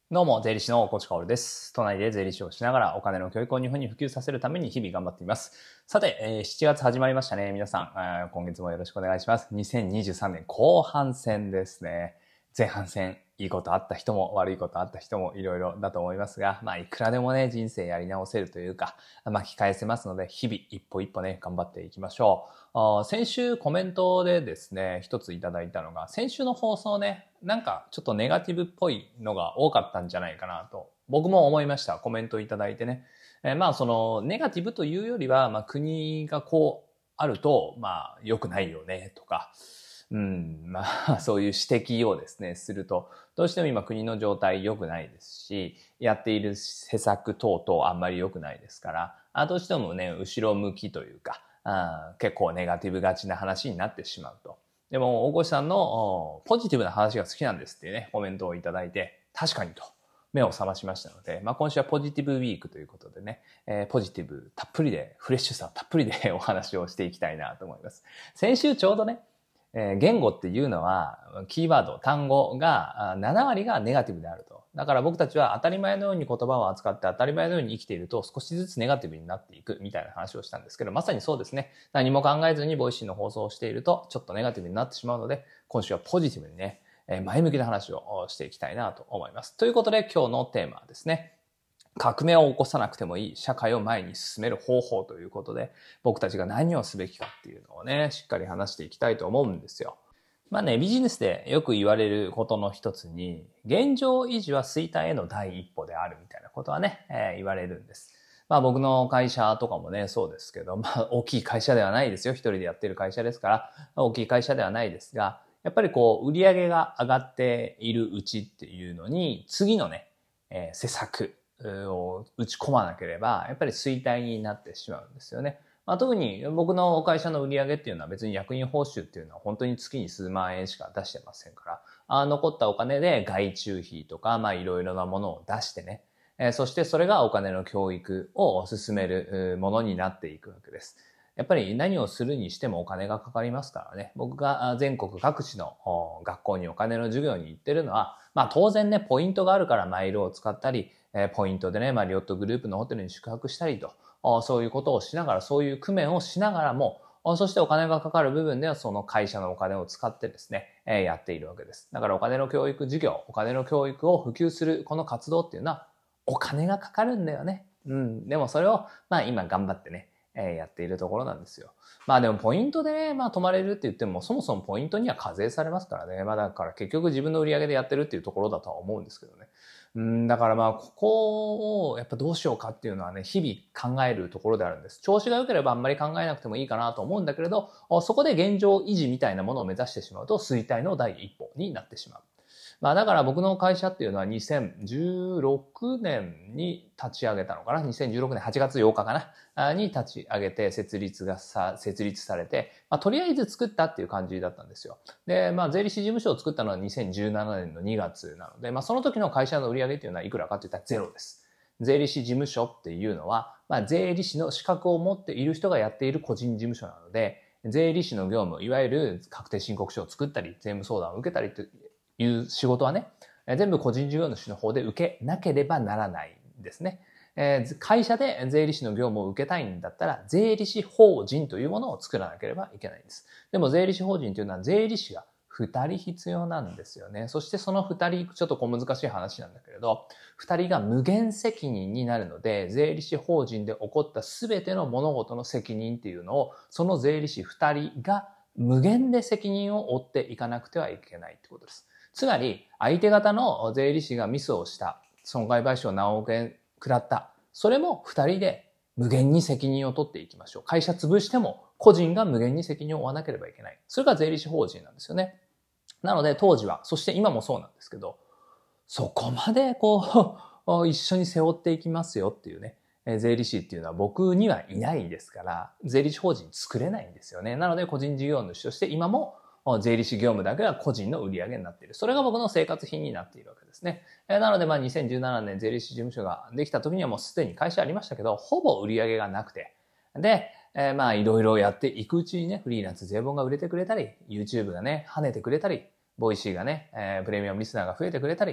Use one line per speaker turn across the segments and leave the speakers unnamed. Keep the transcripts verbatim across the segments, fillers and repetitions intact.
どうも、税理士の大越薫です。都内で税理士をしながらお金の教育を日本に普及させるために日々頑張っています。さて、えー、しちがつ始まりましたね。皆さん、えー、今月もよろしくお願いします。にせんにじゅうさんねん後半戦ですね。前半戦、いいことあった人も悪いことあった人もいろいろだと思いますが、まあいくらでもね、人生やり直せるというか、巻き返せますので、日々一歩一歩ね、頑張っていきましょう。あ先週コメントでですね、一ついただいたのが、先週の放送ね、なんかちょっとネガティブっぽいのが多かったんじゃないかなと、僕も思いました。コメントいただいてね。えー、まあその、ネガティブというよりは、まあ国がこうあると、まあ良くないよね、とか、うん、まあそういう指摘をですね、すると、どうしても今国の状態良くないですし、やっている施策等々あんまり良くないですから、あどうしてもね、後ろ向きというか、あ結構ネガティブがちな話になってしまうと。でも、大越さんのポジティブな話が好きなんですっていうね、コメントをいただいて、確かにと目を覚ましましたので、まあ今週はポジティブウィークということでね、えー、ポジティブたっぷりで、フレッシュさたっぷりでお話をしていきたいなと思います。先週ちょうどね、言語っていうのは、キーワード、単語がななわりがネガティブであると。だから僕たちは当たり前のように言葉を扱って当たり前のように生きていると少しずつネガティブになっていくみたいな話をしたんですけど、まさにそうですね。何も考えずにボイシーの放送をしているとちょっとネガティブになってしまうので、今週はポジティブにね、前向きな話をしていきたいなと思います。ということで今日のテーマはですね、革命を起こさなくてもいい社会を前に進める方法ということで、僕たちが何をすべきかっていうのをね、しっかり話していきたいと思うんですよ。まあね、ビジネスでよく言われることの一つに、現状維持は衰退への第一歩であるみたいなことはね、えー、言われるんです。まあ僕の会社とかもね、そうですけど、まあ大きい会社ではないですよ。一人でやってる会社ですから、大きい会社ではないですが、やっぱりこう、売り上げが上がっているうちっていうのに、次のね、えー、施策を打ち込まなければ、やっぱり衰退になってしまうんですよね。まあ、特に僕の会社の売り上げっていうのは別に役員報酬っていうのは本当に月に数万円しか出してませんから、あ残ったお金で外注費とか、まあいろいろなものを出してね、えー、そしてそれがお金の教育を進めるものになっていくわけです。やっぱり何をするにしてもお金がかかりますからね。僕が全国各地の学校にお金の授業に行ってるのは、まあ当然ね、ポイントがあるからマイルを使ったり、ポイントでね、まあリオットグループのホテルに宿泊したりと、そういうことをしながら、そういう工面をしながらも、そしてお金がかかる部分ではその会社のお金を使ってですね、やっているわけです。だからお金の教育事業、お金の教育を普及するこの活動っていうのはお金がかかるんだよね。うん。でもそれを、まあ今頑張ってね、やっているところなんですよ。まあでもポイントでね、まあ泊まれるって言っても、そもそもポイントには課税されますからね。まあだから結局自分の売り上げでやってるっていうところだとは思うんですけどね。うん、だからまあ、ここをやっぱどうしようかっていうのはね、日々考えるところであるんです。調子が良ければあんまり考えなくてもいいかなと思うんだけれど、そこで現状維持みたいなものを目指してしまうと衰退の第一歩になってしまう。まあだから僕の会社っていうのはにせんじゅうろくねんに立ち上げたのかな ?にせんじゅうろくねんはちがつようかかなに立ち上げて設立がさ、設立されて、まあとりあえず作ったっていう感じだったんですよ。で、まあ税理士事務所を作ったのはにせんじゅうななねんのにがつなので、まあその時の会社の売り上げっていうのはいくらかって言ったらゼロです。税理士事務所っていうのは、まあ税理士の資格を持っている人がやっている個人事務所なので、税理士の業務、いわゆる確定申告書を作ったり、税務相談を受けたりという仕事はね、全部個人事業主の方で受けなければならないんですね。会社で税理士の業務を受けたいんだったら、税理士法人というものを作らなければいけないんです。でも税理士法人というのは税理士がふたり必要なんですよね。そしてそのふたり、ちょっと小難しい話なんだけれど、ふたりが無限責任になるので、税理士法人で起こったすべての物事の責任っていうのを、その税理士ふたりが無限で責任を負っていかなくてはいけないってことです。つまり、相手方の税理士がミスをした、損害賠償何億円食らった。それも二人で無限に責任を取っていきましょう。会社潰しても個人が無限に責任を負わなければいけない。それが税理士法人なんですよね。なので当時は、そして今もそうなんですけど、そこまでこう、一緒に背負っていきますよっていうね。税理士っていうのは僕にはいないですから、税理士法人作れないんですよね。なので個人事業主として今も税理士業務だけは個人の売り上げになっている。それが僕の生活費になっているわけですね。なので、まあ、にせんじゅうななねん税理士事務所ができた時にはもうすでに会社ありましたけど、ほぼ売り上げがなくて。で、えー、まあ、いろいろやっていくうちにね、フリーランス税本が売れてくれたり、YouTube がね、跳ねてくれたり、ボイシーがね、えー、プレミアムリスナーが増えてくれたり、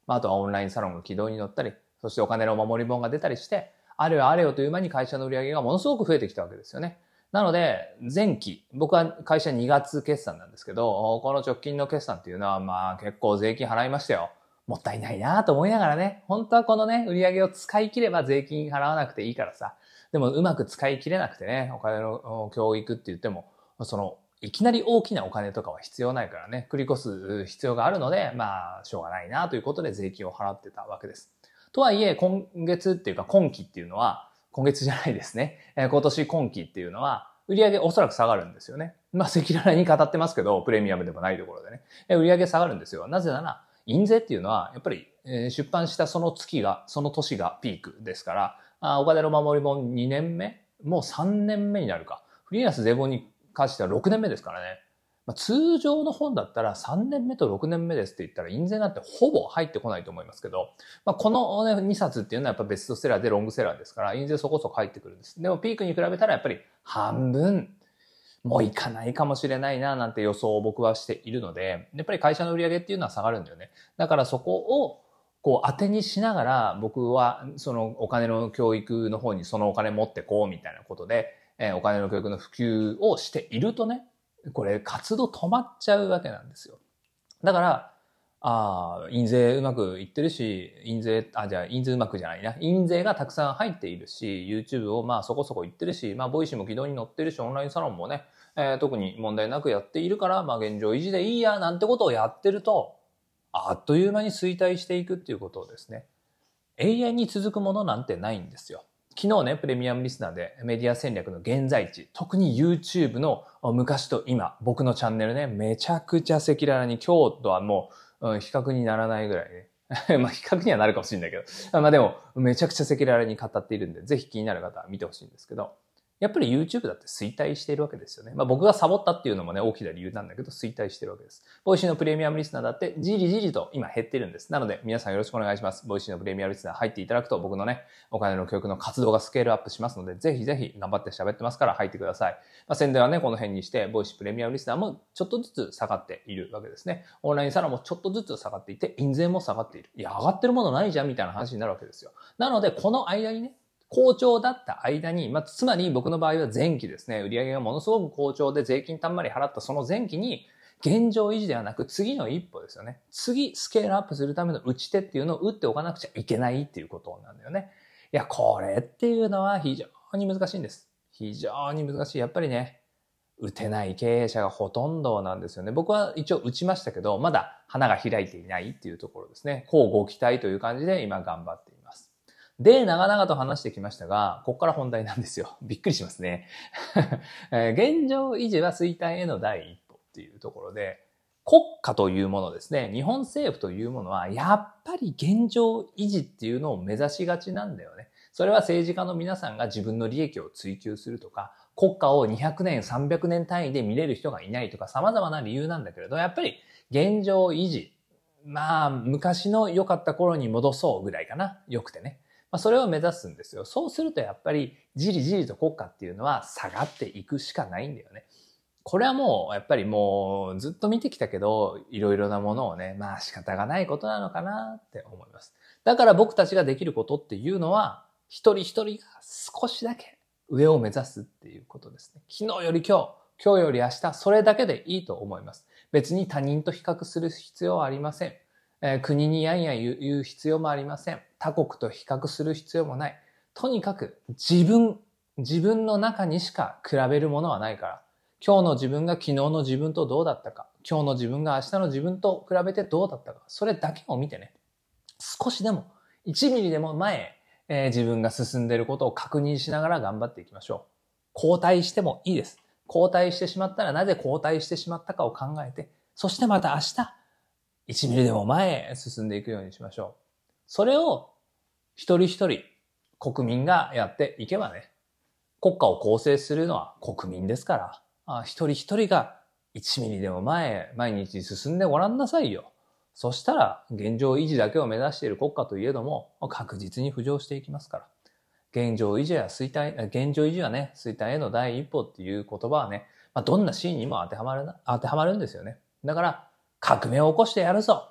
まあ、あとはオンラインサロンが軌道に乗ったり、そしてお金のお守り本が出たりして、あれよあれよという間に会社の売り上げがものすごく増えてきたわけですよね。なので、前期、僕は会社にがつ決算なんですけど、この直近の決算っていうのは、まあ結構税金払いましたよ。もったいないなと思いながらね、本当はこのね、売り上げを使い切れば税金払わなくていいからさ、でもうまく使い切れなくてね、お金の教育って言っても、その、いきなり大きなお金とかは必要ないからね、繰り越す必要があるので、まあ、しょうがないなということで税金を払ってたわけです。とはいえ、今月っていうか今期っていうのは、今月じゃないですね。えー、今年今期っていうのは、売上おそらく下がるんですよね。まあ、赤裸々に語ってますけど、プレミアムでもないところでね。えー、売上下がるんですよ。なぜなら、印税っていうのは、やっぱり、えー、出版したその月が、その年がピークですから、あお金の守り本にねんめもうさんねんめになるか。フリーランス税本に関してはろくねんめですからね。まあ、通常の本だったらさんねんめとろくねんめですって言ったら印税なんてほぼ入ってこないと思いますけど、まあ、この、ね、にさつっていうのはやっぱベストセラーでロングセラーですから印税そこそこ入ってくるんです。でもピークに比べたらやっぱり半分もういかないかもしれないななんて予想を僕はしているので、やっぱり会社の売り上げっていうのは下がるんだよね。だからそこをこう当てにしながら僕はそのお金の教育の方にそのお金持ってこうみたいなことで、えー、お金の教育の普及をしているとね、これ活動止まっちゃうわけなんですよ。だから、ああ、印税うまくいってるし、印税、あ、じゃあ印税うまくじゃないな。印税がたくさん入っているし、YouTube をまあそこそこいってるし、まあボイシーも軌道に乗ってるし、オンラインサロンもね、えー、特に問題なくやっているから、まあ現状維持でいいや、なんてことをやってると、あっという間に衰退していくっていうことをですね、永遠に続くものなんてないんですよ。昨日ね、プレミアムリスナーでメディア戦略の現在地、特に YouTube の昔と今、僕のチャンネルね、めちゃくちゃ赤裸々に今日とはもう、うん、比較にならないぐらいね。まあ比較にはなるかもしれないけど、まあでもめちゃくちゃ赤裸々に語っているんで、ぜひ気になる方は見てほしいんですけど、やっぱり YouTube だって衰退しているわけですよね。まあ僕がサボったっていうのもね、大きな理由なんだけど、衰退しているわけです。ボイシーのプレミアムリスナーだって、じりじりと今減ってるんです。なので、皆さんよろしくお願いします。ボイシーのプレミアムリスナー入っていただくと、僕のね、お金の教育の活動がスケールアップしますので、ぜひぜひ頑張って喋ってますから入ってください。まあ宣伝はね、この辺にして、ボイシープレミアムリスナーもちょっとずつ下がっているわけですね。オンラインサロンもちょっとずつ下がっていて、印税も下がっている。いや、上がってるものないじゃんみたいな話になるわけですよ。なので、この間にね、好調だった間に、まあ、つまり僕の場合は前期ですね、売上がものすごく好調で税金たんまり払ったその前期に、現状維持ではなく次の一歩ですよね。次スケールアップするための打ち手っていうのを打っておかなくちゃいけないっていうことなんだよね。いや、これっていうのは非常に難しいんです。非常に難しい。やっぱりね、打てない経営者がほとんどなんですよね。僕は一応打ちましたけど、まだ花が開いていないっていうところですね。こうご期待という感じで今頑張っています。で、長々と話してきましたが、ここから本題なんですよ。びっくりしますね。現状維持は衰退への第一歩っていうところで、国家というものですね、日本政府というものは、やっぱり現状維持っていうのを目指しがちなんだよね。それは政治家の皆さんが自分の利益を追求するとか、国家をにひゃくねん、さんびゃくねん単位で見れる人がいないとか、様々な理由なんだけれど、やっぱり現状維持。まあ、昔の良かった頃に戻そうぐらいかな。良くてね。まあ、それを目指すんですよ。そうするとやっぱりじりじりと国家っていうのは下がっていくしかないんだよね。これはもうやっぱりもうずっと見てきたけど、いろいろなものをね、まあ仕方がないことなのかなって思います。だから僕たちができることっていうのは、一人一人が少しだけ上を目指すっていうことですね。昨日より今日、今日より明日、それだけでいいと思います。別に他人と比較する必要はありません。えー、国にやんや言う、言う必要もありません。他国と比較する必要もない。とにかく自分、自分の中にしか比べるものはないから、今日の自分が昨日の自分とどうだったか、今日の自分が明日の自分と比べてどうだったか、それだけを見てね、少しでも、いちミリでも前、えー、自分が進んでいることを確認しながら頑張っていきましょう。後退してもいいです。後退してしまったらなぜ後退してしまったかを考えて、そしてまた明日、いちミリでも前へ進んでいくようにしましょう。それを一人一人国民がやっていけばね、国家を構成するのは国民ですから、あ一人一人がいちミリでも前へ毎日進んでごらんなさいよ。そしたら現状維持だけを目指している国家といえども確実に浮上していきますから。現状維持や衰退、現状維持はね、衰退への第一歩っていう言葉はね、まあ、どんなシーンにも当てはまるな、当てはまるんですよね。だから、革命を起こしてやるぞ。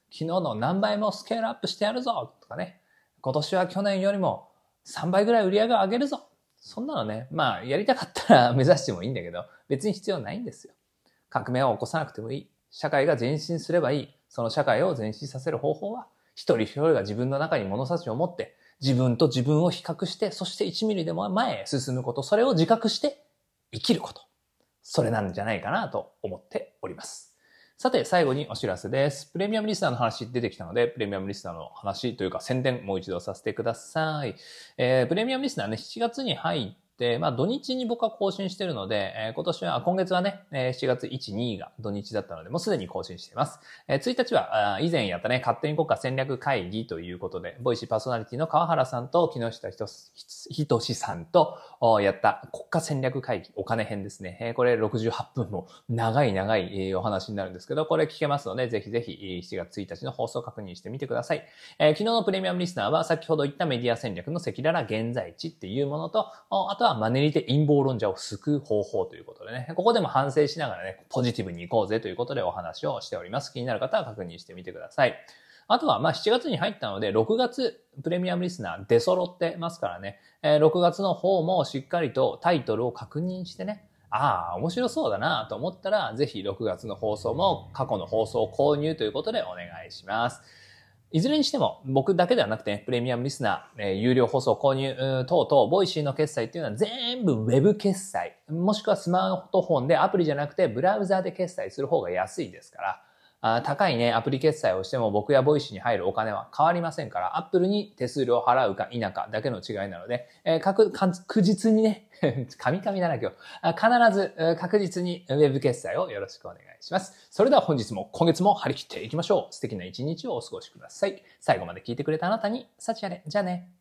昨日の何倍もスケールアップしてやるぞとかね。今年は去年よりもさんばいぐらい売り上げを上げるぞ。そんなのね、まあやりたかったら目指してもいいんだけど、別に必要ないんですよ。革命を起こさなくてもいい。社会が前進すればいい。その社会を前進させる方法は、一人一人が自分の中に物差しを持って、自分と自分を比較して、そしていちミリでも前へ進むこと、それを自覚して生きること。それなんじゃないかなと思っております。さて、最後にお知らせです。プレミアムリスナーの話出てきたので、プレミアムリスナーの話というか宣伝もう一度させてください。えー、プレミアムリスナーね、しちがつに入って、まあ土日に僕は更新してるので、えー、今年は、今月はね、えー、しちがついち、にが土日だったので、もうすでに更新しています。えー、ついたちは、あ以前やったね、勝手に国家戦略会議ということで、ボイシーパーソナリティの川原さんと木下ひとしさんとやった国家戦略会議、お金編ですね。えー、これろくじゅうはっぷんも長い長いお話になるんですけど、これ聞けますので、ぜひぜひしちがつついたちの放送を確認してみてください。えー、昨日のプレミアムリスナーは先ほど言ったメディア戦略の赤裸々現在地っていうものと、あとはマネリテ陰謀論者を救う方法ということでね、ここでも反省しながらね、ポジティブに行こうぜということでお話をしております。気になる方は確認してみてください。あとは、まあ、しちがつに入ったので、ろくがつプレミアムリスナー出揃ってますからね、えー、ろくがつの方もしっかりとタイトルを確認してね、ああ、面白そうだなと思ったら、ぜひろくがつの放送も過去の放送を購入ということでお願いします。いずれにしても、僕だけではなくて、ね、プレミアムリスナー、えー、有料放送購入等々、ボイシーの決済っていうのは全部ウェブ決済、もしくはスマートフォンでアプリじゃなくてブラウザで決済する方が安いですから、あ高いね、アプリ決済をしても僕やボイシーに入るお金は変わりませんから、アップルに手数料を払うか否かだけの違いなので、えー、確、確実にね、カミカミだな今日。必ず確実にウェブ決済をよろしくお願いします。それでは本日も今月も張り切っていきましょう。素敵な一日をお過ごしください。最後まで聞いてくれたあなたに、幸あれ。じゃあね。